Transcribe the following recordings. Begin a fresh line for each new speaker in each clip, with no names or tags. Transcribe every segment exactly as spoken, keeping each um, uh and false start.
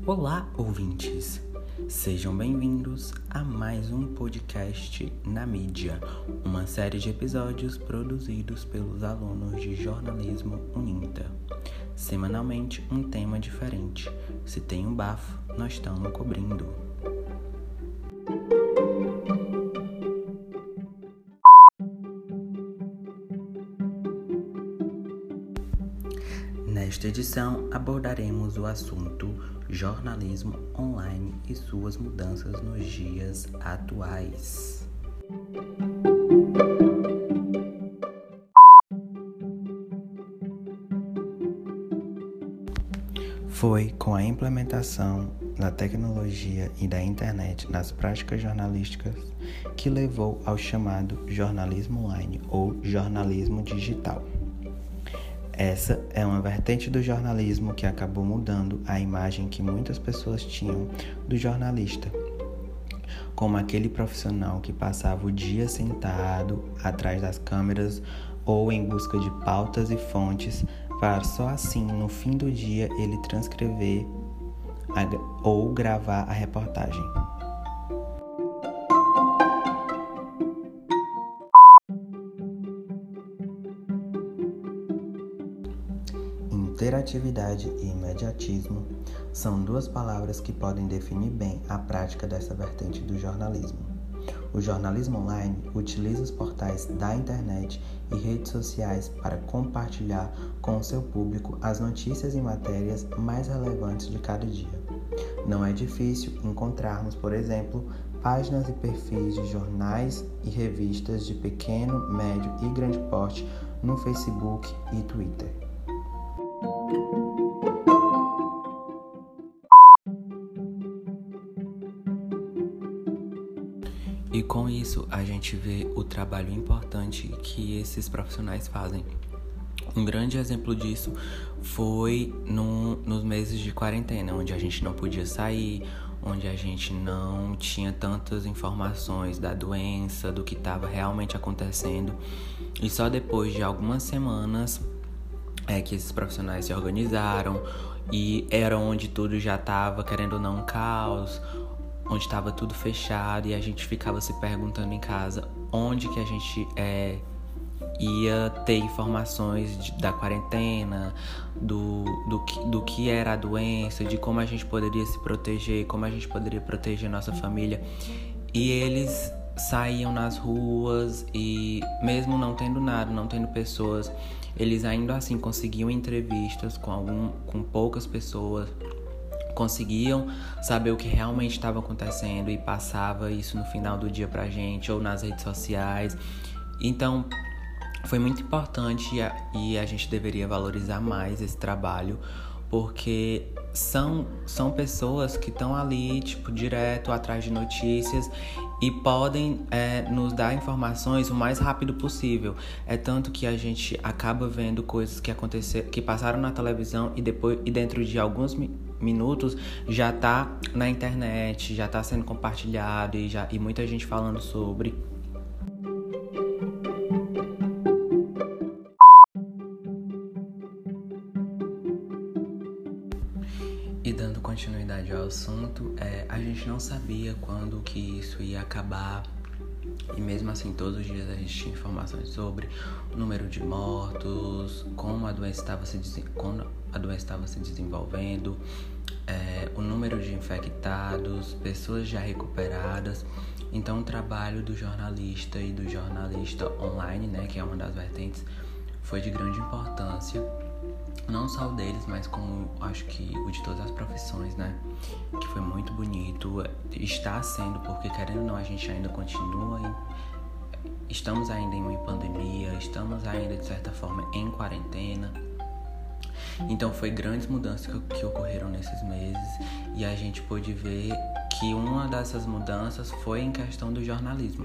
Olá, ouvintes! Sejam bem-vindos a mais um podcast na mídia, uma série de episódios produzidos pelos alunos de jornalismo Uninta. Semanalmente, um tema diferente. Se tem um bafo, nós estamos cobrindo. Nesta edição, abordaremos o assunto jornalismo online e suas mudanças nos dias atuais. Foi com a implementação da tecnologia e da internet nas práticas jornalísticas que levou ao chamado jornalismo online ou jornalismo digital. Essa é uma vertente do jornalismo que acabou mudando a imagem que muitas pessoas tinham do jornalista, como aquele profissional que passava o dia sentado atrás das câmeras ou em busca de pautas e fontes para só assim, no fim do dia, ele transcrever ou gravar a reportagem. Interatividade e imediatismo são duas palavras que podem definir bem a prática dessa vertente do jornalismo. O jornalismo online utiliza os portais da internet e redes sociais para compartilhar com o seu público as notícias e matérias mais relevantes de cada dia. Não é difícil encontrarmos, por exemplo, páginas e perfis de jornais e revistas de pequeno, médio e grande porte no Facebook e Twitter. E com isso, a gente vê o trabalho importante que esses profissionais fazem. Um grande exemplo disso foi no, nos meses de quarentena, onde a gente não podia sair, onde a gente não tinha tantas informações da doença, do que estava realmente acontecendo. E só depois de algumas semanas é que esses profissionais se organizaram e era onde tudo já estava, querendo ou não, um caos, onde estava tudo fechado e a gente ficava se perguntando em casa onde que a gente é, ia ter informações de, da quarentena, do, do, que, do que era a doença, de como a gente poderia se proteger, como a gente poderia proteger nossa família. E eles saíam nas ruas e mesmo não tendo nada, não tendo pessoas, eles ainda assim conseguiam entrevistas com, algum, com poucas pessoas, conseguiam saber o que realmente estava acontecendo e passava isso no final do dia pra gente ou nas redes sociais. Então foi muito importante e a, e a gente deveria valorizar mais esse trabalho, porque são, são pessoas que estão ali, tipo, direto atrás de notícias e podem é, nos dar informações o mais rápido possível. É tanto que a gente acaba vendo coisas que aconteceram, que passaram na televisão e depois e dentro de alguns mi- minutos já tá na internet, já tá sendo compartilhado e, já, e muita gente falando sobre. E dando continuidade ao assunto, é, a gente não sabia quando que isso ia acabar. E mesmo assim, todos os dias a gente tinha informações sobre o número de mortos, como a doença estava se, desen... como a doença estava se desenvolvendo, é, o número de infectados, pessoas já recuperadas. Então, o trabalho do jornalista e do jornalista online, né, que é uma das vertentes, foi de grande importância. Não só o deles, mas como acho que o de todas as profissões, né? Que foi muito bonito. Está sendo, porque querendo ou não, a gente ainda continua em... Estamos ainda em uma pandemia, estamos ainda, de certa forma, em quarentena. Então, foi grandes mudanças que, que ocorreram nesses meses. E a gente pôde ver que uma dessas mudanças foi em questão do jornalismo.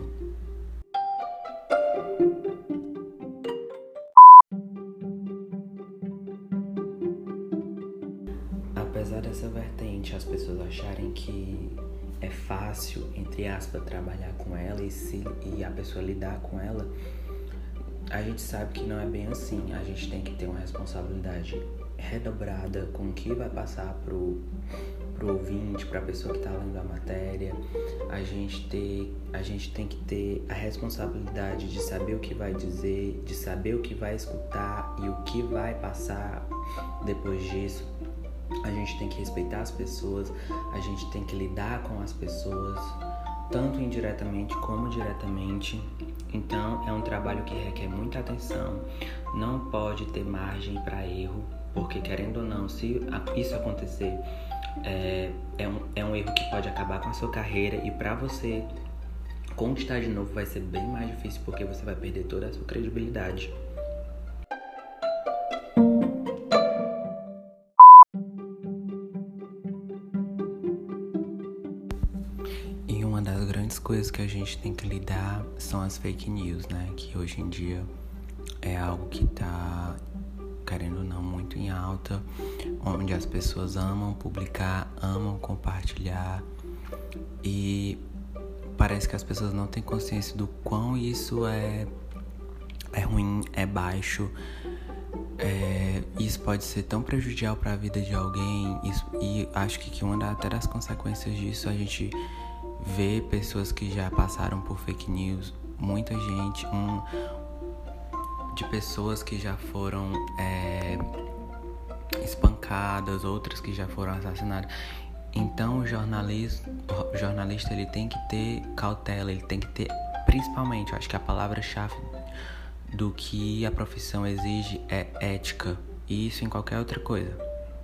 Apesar dessa vertente, as pessoas acharem que é fácil, entre aspas, trabalhar com ela e, se, e a pessoa lidar com ela, a gente sabe que não é bem assim. A gente tem que ter uma responsabilidade redobrada com o que vai passar pro, pro ouvinte, pra pessoa que tá lendo a matéria. A gente, ter, a gente tem que ter a responsabilidade de saber o que vai dizer, de saber o que vai escutar e o que vai passar depois disso. A gente tem que respeitar as pessoas, a gente tem que lidar com as pessoas, tanto indiretamente como diretamente. Então é um trabalho que requer muita atenção, não pode ter margem para erro, porque querendo ou não, se isso acontecer, é, é, um, é um erro que pode acabar com a sua carreira, e para você conquistar de novo vai ser bem mais difícil, porque você vai perder toda a sua credibilidade. E uma das grandes coisas que a gente tem que lidar são as fake news, né? Que hoje em dia é algo que tá, querendo ou não, muito em alta, onde as pessoas amam publicar, amam compartilhar, e parece que as pessoas não têm consciência do quão isso é, é ruim, é baixo. É, isso pode ser tão prejudicial para a vida de alguém, isso, e acho que, que uma das, até das consequências disso, a gente vê pessoas que já passaram por fake news, muita gente, um, de pessoas que já foram é, espancadas, outras que já foram assassinadas. Então o jornalista, o jornalista ele tem que ter cautela, ele tem que ter, principalmente, eu acho que a palavra-chave do que a profissão exige é ética, e isso em qualquer outra coisa.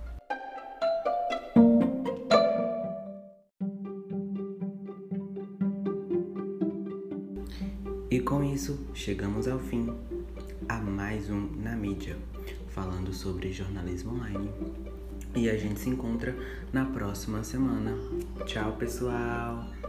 E com isso, chegamos ao fim a mais um Na Mídia, falando sobre jornalismo online. E a gente se encontra na próxima semana. Tchau, pessoal!